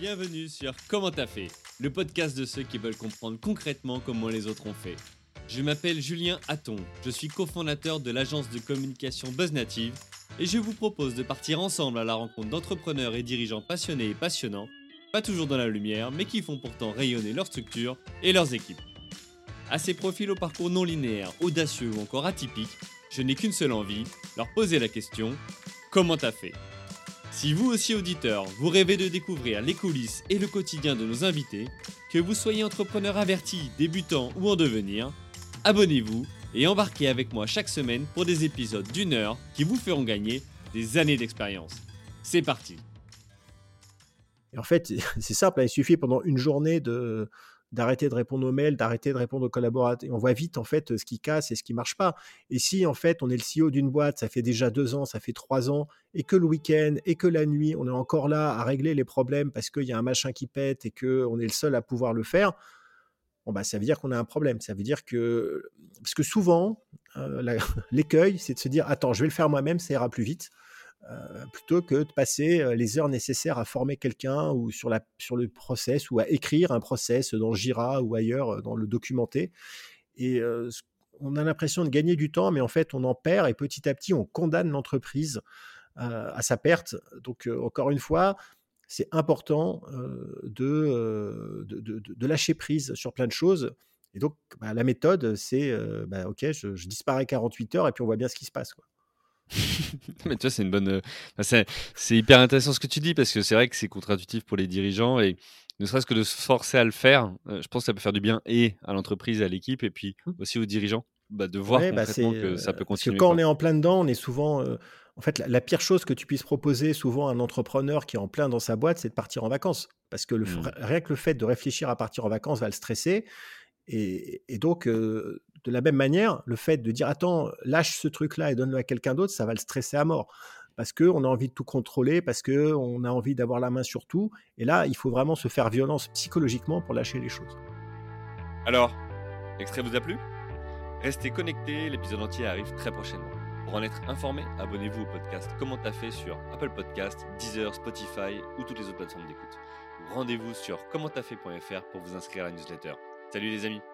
Bienvenue sur Comment t'as fait, le podcast de ceux qui veulent comprendre concrètement comment les autres ont fait. Je m'appelle Julien Hatton, je suis cofondateur de l'agence de communication BuzzNative et je vous propose de partir ensemble à la rencontre d'entrepreneurs et dirigeants passionnés et passionnants, pas toujours dans la lumière, mais qui font pourtant rayonner leur structure et leurs équipes. À ces profils au parcours non linéaire, audacieux ou encore atypiques, je n'ai qu'une seule envie, leur poser la question « Comment t'as fait ?» Si vous aussi auditeur, vous rêvez de découvrir les coulisses et le quotidien de nos invités, que vous soyez entrepreneur averti, débutant ou en devenir, abonnez-vous et embarquez avec moi chaque semaine pour des épisodes d'1 heure qui vous feront gagner des années d'expérience. C'est parti. Et en fait, c'est simple, il suffit pendant une journée d'arrêter de répondre aux mails, d'arrêter de répondre aux collaborateurs. Et on voit vite en fait ce qui casse et ce qui marche pas. Et si en fait on est le CEO d'une boîte, ça fait déjà 2 ans, ça fait 3 ans, et que le week-end et que la nuit, on est encore là à régler les problèmes parce qu'il y a un machin qui pète et qu'on est le seul à pouvoir le faire, bon bah ça veut dire qu'on a un problème. Ça veut dire que parce que souvent l'écueil, c'est de se dire attends, je vais le faire moi-même, ça ira plus vite. Plutôt que de passer les heures nécessaires à former quelqu'un ou sur le process ou à écrire un process dans Jira ou ailleurs, dans le documenter. Et on a l'impression de gagner du temps, mais en fait, on en perd et petit à petit, on condamne l'entreprise à sa perte. Donc, encore une fois, c'est important de lâcher prise sur plein de choses. Et donc, la méthode, c'est OK, je disparais 48 heures et puis on voit bien ce qui se passe, quoi. Mais tu vois, c'est une bonne. C'est hyper intéressant ce que tu dis parce que c'est vrai que c'est contre-intuitif pour les dirigeants et ne serait-ce que de se forcer à le faire, je pense que ça peut faire du bien et à l'entreprise, à l'équipe et puis aussi aux dirigeants, de voir Ouais, concrètement que ça peut parce que continuer, quand on quoi. est en plein dedans, on est souvent, en fait, la pire chose que tu puisses proposer souvent à un entrepreneur qui est en plein dans sa boîte, c'est de partir en vacances. Parce que Mmh. rien que le fait de réfléchir à partir en vacances va le stresser et donc de la même manière, le fait de dire: «Attends, lâche ce truc-là et donne-le à quelqu'un d'autre», ça va le stresser à mort. Parce qu'on a envie de tout contrôler, parce qu'on a envie d'avoir la main sur tout et là, il faut vraiment se faire violence psychologiquement pour lâcher les choses. Alors, l'extrait vous a plu? Restez connectés, l'épisode entier arrive très prochainement. Pour en être informé, abonnez-vous au podcast Comment t'as fait sur Apple Podcast, Deezer, Spotify ou toutes les autres plateformes d'écoute. Rendez-vous sur commenttafait.fr pour vous inscrire à la newsletter. Salut les amis!